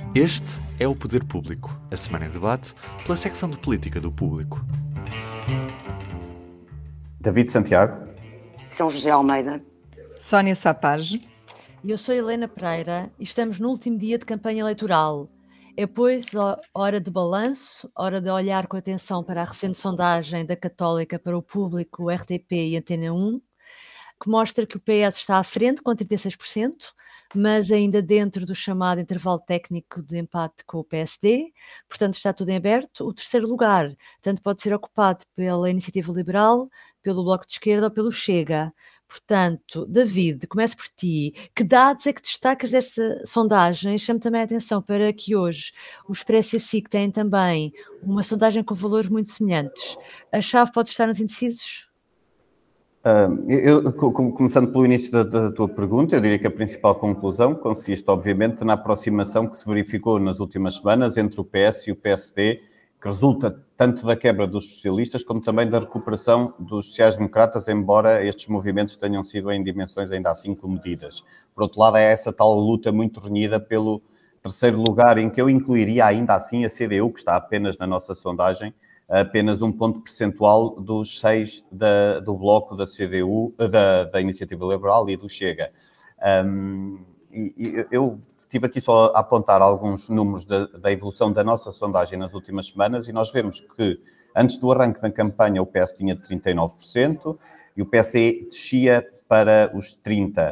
Este é o Poder Público, a semana em debate pela secção de Política do Público. David Santiago. São José Almeida. Sónia Sapage. E eu sou Helena Pereira e estamos no último dia de campanha eleitoral. É, pois, hora de balanço, hora de olhar com atenção para a recente sondagem da Católica para o Público, o RTP e Antena 1, que mostra que o PS está à frente com 36%, mas ainda dentro do chamado intervalo técnico de empate com o PSD, portanto está tudo em aberto. O terceiro lugar tanto pode ser ocupado pela Iniciativa Liberal, pelo Bloco de Esquerda ou pelo Chega. Portanto, David, começo por ti. Que dados é que destacas desta sondagem? Chamo também a atenção para que hoje o Expresso e a SIC têm também uma sondagem com valores muito semelhantes. A chave pode estar nos indecisos? Começando pelo início da tua pergunta, eu diria que a principal conclusão consiste, obviamente, na aproximação que se verificou nas últimas semanas entre o PS e o PSD, que resulta tanto da quebra dos socialistas como também da recuperação dos sociais-democratas, embora estes movimentos tenham sido em dimensões ainda assim comedidas. Por outro lado, é essa tal luta muito renhida pelo terceiro lugar, em que eu incluiria ainda assim a CDU, que está apenas na nossa sondagem, apenas um ponto percentual dos 6 do bloco da CDU, da Iniciativa Liberal e do Chega. Eu estive aqui só a apontar alguns números da evolução da nossa sondagem nas últimas semanas e nós vemos que antes do arranque da campanha o PS tinha 39% e o PSD descia para os 30%.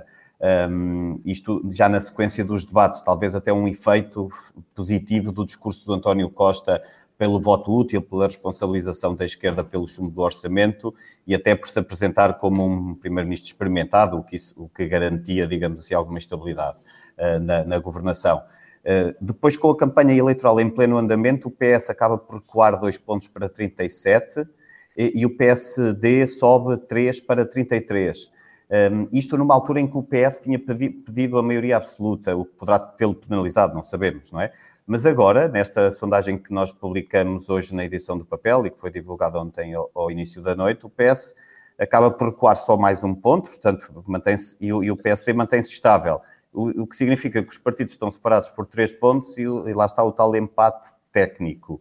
Isto já na sequência dos debates, talvez até um efeito positivo do discurso do António Costa pelo voto útil, pela responsabilização da esquerda pelo chumbo do orçamento e até por se apresentar como um primeiro-ministro experimentado, o que garantia, digamos assim, alguma estabilidade na governação. Depois, com a campanha eleitoral em pleno andamento, o PS acaba por recuar 2 pontos para 37 e o PSD sobe 3 para 33. Isto numa altura em que o PS tinha pedido a maioria absoluta, o que poderá tê-lo penalizado, não sabemos, não é? Mas agora, nesta sondagem que nós publicamos hoje na edição do papel e que foi divulgada ontem ao início da noite, o PS acaba por recuar só mais um ponto, portanto, mantém-se, e o PSD mantém-se estável, o que significa que os partidos estão separados por 3 pontos e lá está o tal empate técnico.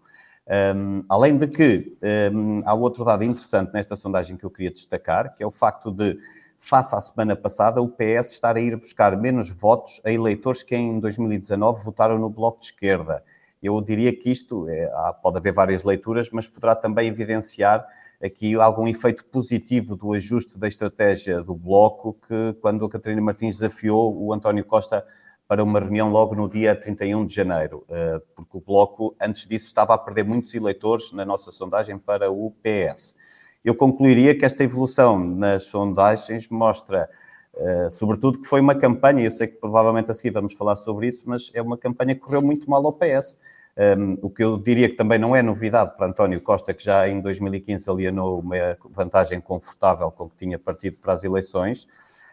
Além de que há outro dado interessante nesta sondagem que eu queria destacar, que é o facto de, face à semana passada, o PS estar a ir buscar menos votos a eleitores que em 2019 votaram no Bloco de Esquerda. Eu diria que isto, pode haver várias leituras, mas poderá também evidenciar aqui algum efeito positivo do ajuste da estratégia do Bloco, que quando a Catarina Martins desafiou o António Costa para uma reunião logo no dia 31 de janeiro, porque o Bloco, antes disso, estava a perder muitos eleitores na nossa sondagem para o PS. Eu concluiria que esta evolução nas sondagens mostra, sobretudo, que foi uma campanha, eu sei que provavelmente a seguir vamos falar sobre isso, mas é uma campanha que correu muito mal ao PS. O que eu diria que também não é novidade para António Costa, que já em 2015 alienou uma vantagem confortável com que tinha partido para as eleições.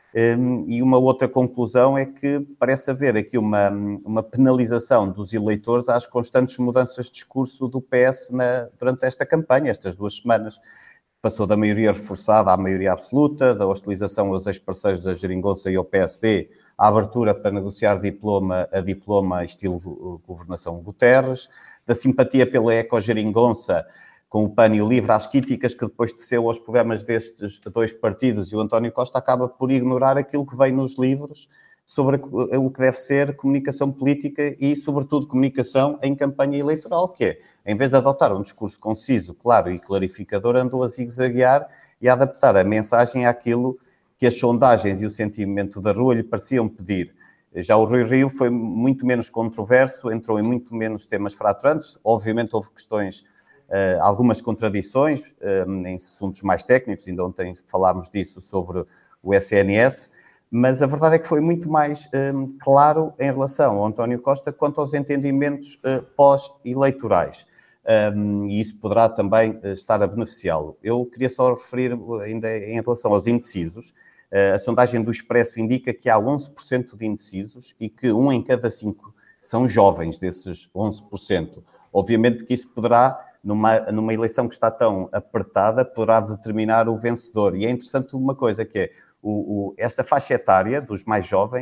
E uma outra conclusão é que parece haver aqui uma penalização dos eleitores às constantes mudanças de discurso do PS durante esta campanha, estas 2 semanas. Passou da maioria reforçada à maioria absoluta, da hostilização aos ex-parceiros da Geringonça e ao PSD, à abertura para negociar diploma a diploma estilo governação Guterres, da simpatia pela eco-Geringonça com o PAN e o LIVRE, às críticas que depois teceu aos programas destes 2 partidos, e o António Costa acaba por ignorar aquilo que vem nos livros sobre o que deve ser comunicação política e, sobretudo, comunicação em campanha eleitoral, que é, em vez de adotar um discurso conciso, claro e clarificador, andou a zigue-zaguear e a adaptar a mensagem àquilo que as sondagens e o sentimento da rua lhe pareciam pedir. Já o Rui Rio foi muito menos controverso, entrou em muito menos temas fraturantes, obviamente houve questões, algumas contradições em assuntos mais técnicos, ainda ontem falámos disso sobre o SNS, mas a verdade é que foi muito mais claro em relação ao António Costa quanto aos entendimentos pós-eleitorais. E isso poderá também estar a beneficiá-lo. Eu queria só referir ainda em relação aos indecisos. A sondagem do Expresso indica que há 11% de indecisos e que 1 em cada 5 são jovens desses 11%. Obviamente que isso poderá, numa eleição que está tão apertada, poderá determinar o vencedor. E é interessante uma coisa que é, esta faixa etária dos mais jovens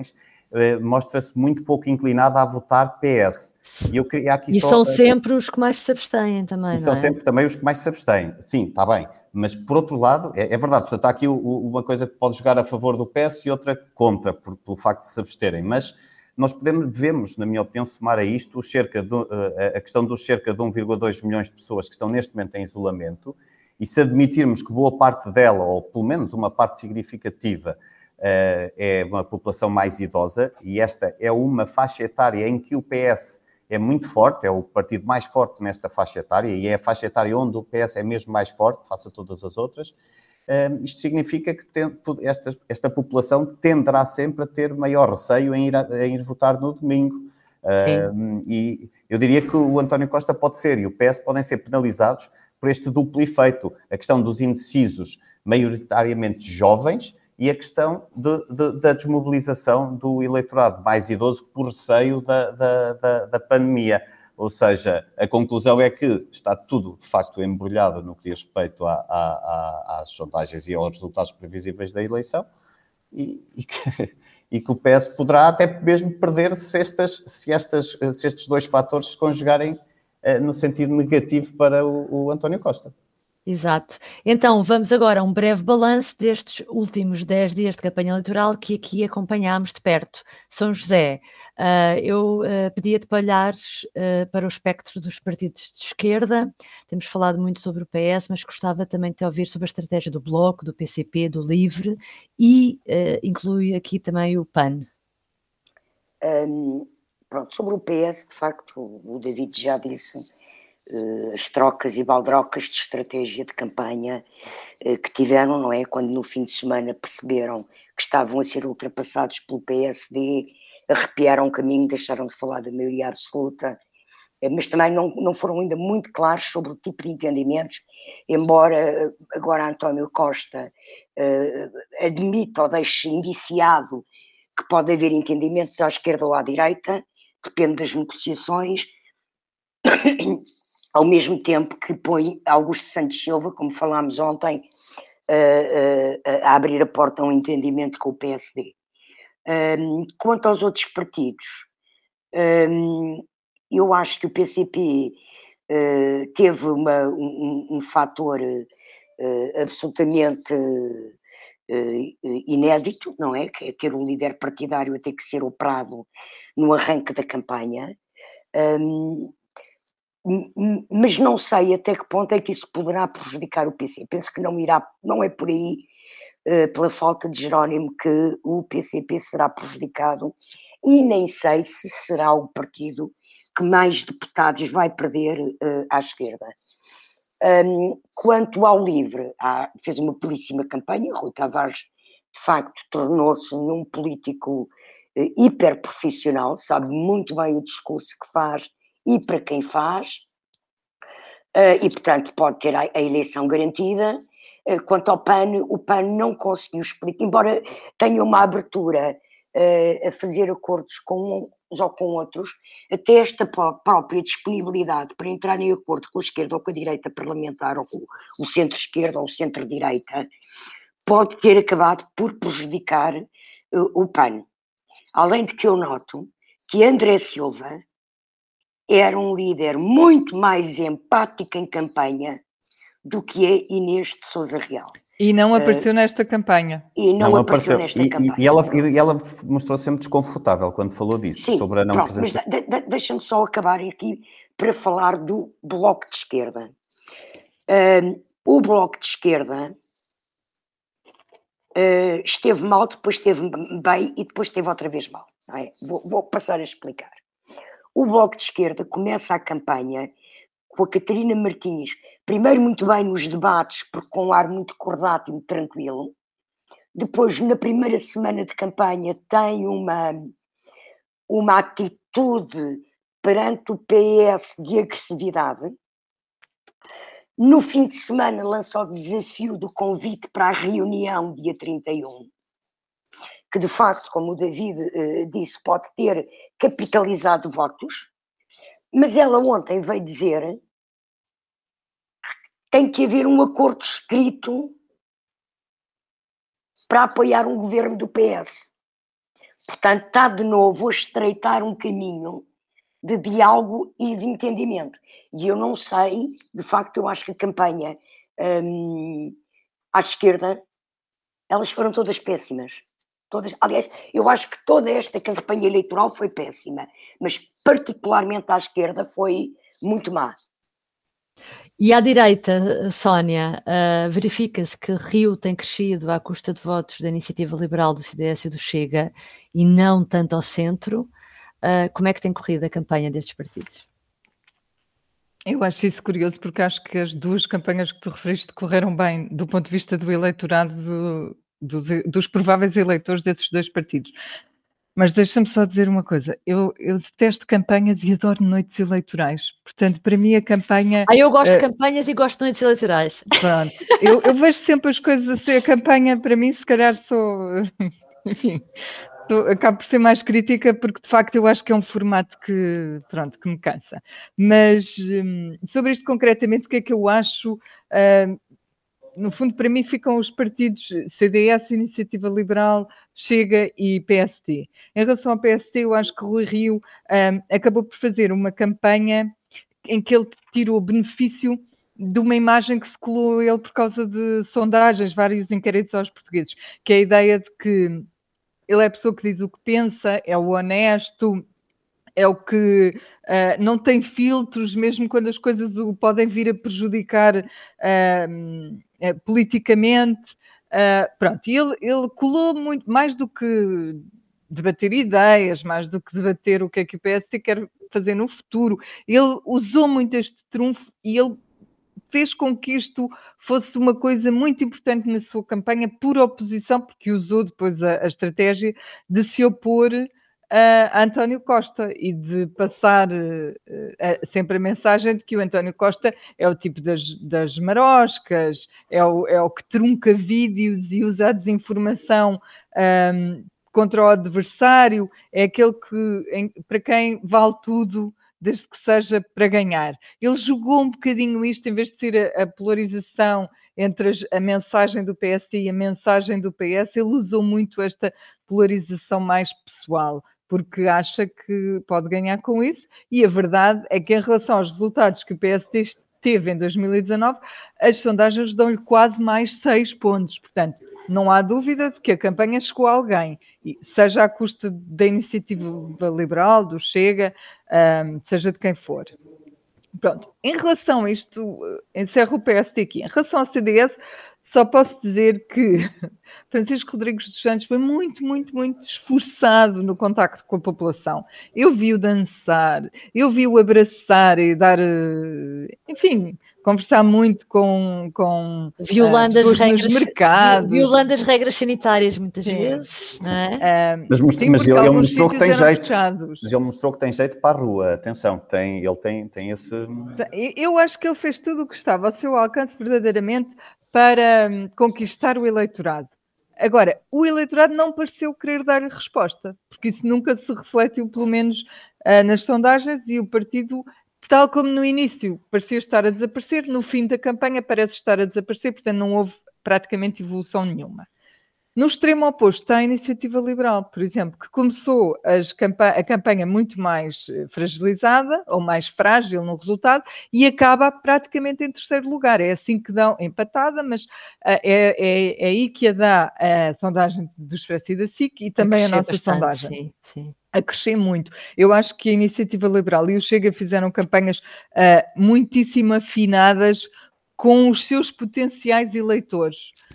mostra-se muito pouco inclinada a votar PS. E eu queria aqui E só... são sempre os que mais se abstêm também, E são não é? sempre também os que mais se abstêm. Sim, está bem. Mas, por outro lado, é verdade. Portanto, há aqui uma coisa que pode jogar a favor do PS e outra contra, pelo facto de se absterem. Mas nós devemos, na minha opinião, somar a isto a questão dos cerca de 1,2 milhões de pessoas que estão neste momento em isolamento, e se admitirmos que boa parte dela, ou pelo menos uma parte significativa, é uma população mais idosa, e esta é uma faixa etária em que o PS é muito forte, é o partido mais forte nesta faixa etária, e é a faixa etária onde o PS é mesmo mais forte, face a todas as outras. Isto significa que esta população tenderá sempre a ter maior receio em ir votar no domingo. E eu diria que o António Costa pode ser, e o PS podem ser penalizados por este duplo efeito. A questão dos indecisos, maioritariamente jovens, e a questão da desmobilização do eleitorado mais idoso por receio da pandemia. Ou seja, a conclusão é que está tudo, de facto, embrulhado no que diz respeito às sondagens e aos resultados previsíveis da eleição, e que o PS poderá até mesmo perder se estes dois fatores se conjugarem no sentido negativo para o António Costa. Exato. Então, vamos agora a um breve balanço destes últimos 10 dias de campanha eleitoral que aqui acompanhámos de perto. São José, eu pedia-te para olhares para o espectro dos partidos de esquerda. Temos falado muito sobre o PS, mas gostava também de te ouvir sobre a estratégia do Bloco, do PCP, do LIVRE e inclui aqui também o PAN. Pronto, sobre o PS, de facto, o David já disse... as trocas e baldrocas de estratégia de campanha que tiveram, não é? Quando no fim de semana perceberam que estavam a ser ultrapassados pelo PSD, arrepiaram o caminho, deixaram de falar da maioria absoluta, mas também não foram ainda muito claros sobre o tipo de entendimentos, embora agora António Costa admita ou deixe indiciado que pode haver entendimentos à esquerda ou à direita, depende das negociações, ao mesmo tempo que põe Augusto Santos Silva, como falámos ontem, a abrir a porta a um entendimento com o PSD. Quanto aos outros partidos, eu acho que o PCP teve um fator absolutamente inédito, não é? Que é ter um líder partidário a ter que ser operado no arranque da campanha. Mas não sei até que ponto é que isso poderá prejudicar o PC. Penso que não é por aí, pela falta de Jerónimo, que o PCP será prejudicado, e nem sei se será o partido que mais deputados vai perder à esquerda. Quanto ao LIVRE, fez uma belíssima campanha. Rui Tavares, de facto, tornou-se num político hiper profissional, sabe muito bem o discurso que faz e para quem faz, e portanto pode ter a eleição garantida. Quanto ao PAN, o PAN não conseguiu explicar, embora tenha uma abertura a fazer acordos com uns ou com outros, até esta própria disponibilidade para entrar em acordo com a esquerda ou com a direita parlamentar, ou com o centro-esquerda ou o centro-direita, pode ter acabado por prejudicar o PAN. Além de que eu noto que André Silva era um líder muito mais empático em campanha do que é Inês de Sousa Real. E não apareceu nesta campanha. E não apareceu nesta campanha. E ela mostrou sempre desconfortável quando falou disso, sim, sobre a não pronto, presença. Mas deixa-me só acabar aqui para falar do Bloco de Esquerda. O Bloco de Esquerda esteve mal, depois esteve bem e depois esteve outra vez mal. Não é? Vou passar a explicar. O Bloco de Esquerda começa a campanha com a Catarina Martins, primeiro muito bem nos debates, porque com um ar muito cordato e muito tranquilo. Depois, na primeira semana de campanha, tem uma atitude perante o PS de agressividade. No fim de semana lança o desafio do convite para a reunião dia 31, que de facto, como o David disse, pode ter capitalizado votos, mas ela ontem veio dizer que tem que haver um acordo escrito para apoiar um governo do PS. Portanto, está de novo a estreitar um caminho de diálogo e de entendimento. E eu não sei, de facto, eu acho que a campanha à esquerda, elas foram todas péssimas. Todas, aliás, eu acho que toda esta campanha eleitoral foi péssima, mas particularmente à esquerda foi muito má. E à direita, Sónia, verifica-se que Rio tem crescido à custa de votos da Iniciativa Liberal, do CDS e do Chega, e não tanto ao centro. Como é que tem corrido a campanha destes partidos? Eu acho isso curioso, porque acho que as duas campanhas que tu referiste correram bem do ponto de vista do eleitorado, dos prováveis eleitores desses dois partidos. Mas deixa-me só dizer uma coisa, eu detesto campanhas e adoro noites eleitorais, portanto, para mim a campanha... Eu gosto de campanhas e gosto de noites eleitorais. Pronto, eu vejo sempre as coisas assim, a campanha para mim se calhar sou... Enfim, acabo por ser mais crítica porque de facto eu acho que é um formato que, pronto, que me cansa. Mas sobre isto concretamente, o que é que eu acho? No fundo, para mim ficam os partidos CDS, Iniciativa Liberal, Chega e PST. Em relação ao PST, eu acho que Rui Rio acabou por fazer uma campanha em que ele tirou benefício de uma imagem que se colou a ele por causa de sondagens, vários inquéritos aos portugueses, que é a ideia de que ele é a pessoa que diz o que pensa, é o honesto, é o que não tem filtros, mesmo quando as coisas o podem vir a prejudicar politicamente. Pronto, e ele colou muito, mais do que debater ideias, mais do que debater o que é que o PSD quer fazer no futuro, ele usou muito este trunfo e ele fez com que isto fosse uma coisa muito importante na sua campanha por oposição, porque usou depois a estratégia de se opor a António Costa e de passar sempre a mensagem de que o António Costa é o tipo das maroscas, é o que trunca vídeos e usa a desinformação contra o adversário, é aquele para quem vale tudo desde que seja para ganhar. Ele jogou um bocadinho isto, em vez de ser a polarização entre a mensagem do PSD e a mensagem do PS, ele usou muito esta polarização mais pessoal, porque acha que pode ganhar com isso, e a verdade é que em relação aos resultados que o PSD teve em 2019, as sondagens dão-lhe quase mais 6 pontos, portanto, não há dúvida de que a campanha chegou a alguém, seja à custa da Iniciativa Liberal, do Chega, seja de quem for. Pronto, em relação a isto, encerro o PSD aqui. Em relação ao CDS, só posso dizer que Francisco Rodrigues dos Santos foi muito, muito, muito esforçado no contacto com a população. Eu vi-o dançar, eu vi-o abraçar e dar, enfim, conversar muito com violando as regras, nos mercados. Violando as regras sanitárias muitas vezes, não é? Mas ele mostrou que tem jeito. Mas ele mostrou que tem jeito para a rua. Atenção, ele tem esse... Eu acho que ele fez tudo o que estava ao seu alcance verdadeiramente para conquistar o eleitorado. Agora, o eleitorado não pareceu querer dar-lhe resposta, porque isso nunca se refletiu, pelo menos nas sondagens, e o partido, tal como no início, parecia estar a desaparecer, no fim da campanha parece estar a desaparecer, portanto não houve praticamente evolução nenhuma. No extremo oposto está a Iniciativa Liberal, por exemplo, que começou a campanha muito mais fragilizada, ou mais frágil no resultado, e acaba praticamente em terceiro lugar. É assim que dão, empatada, mas é aí que a dá a sondagem do Expresso e da SIC e também a nossa bastante, sondagem. Sim. A crescer muito. Eu acho que a Iniciativa Liberal e o Chega fizeram campanhas muitíssimo afinadas com os seus potenciais eleitores.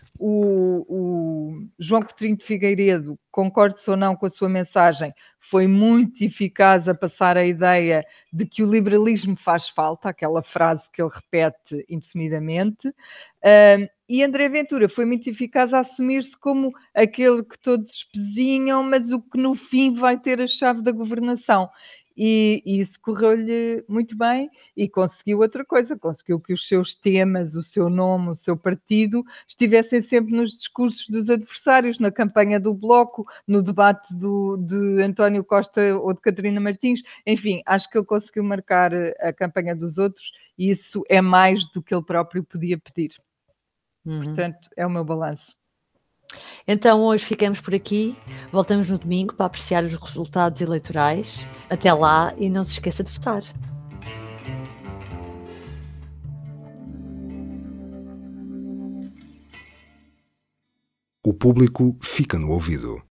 O João Coutinho de Figueiredo, concorde-se ou não com a sua mensagem, foi muito eficaz a passar a ideia de que o liberalismo faz falta, aquela frase que ele repete indefinidamente, e André Ventura foi muito eficaz a assumir-se como aquele que todos espezinham, mas o que no fim vai ter a chave da governação. E isso correu-lhe muito bem e conseguiu outra coisa, conseguiu que os seus temas, o seu nome, o seu partido estivessem sempre nos discursos dos adversários, na campanha do Bloco, no debate de António Costa ou de Catarina Martins, enfim, acho que ele conseguiu marcar a campanha dos outros e isso é mais do que ele próprio podia pedir. Portanto, é o meu balanço. Então hoje ficamos por aqui. Voltamos no domingo para apreciar os resultados eleitorais. Até lá e não se esqueça de votar. O público fica no ouvido.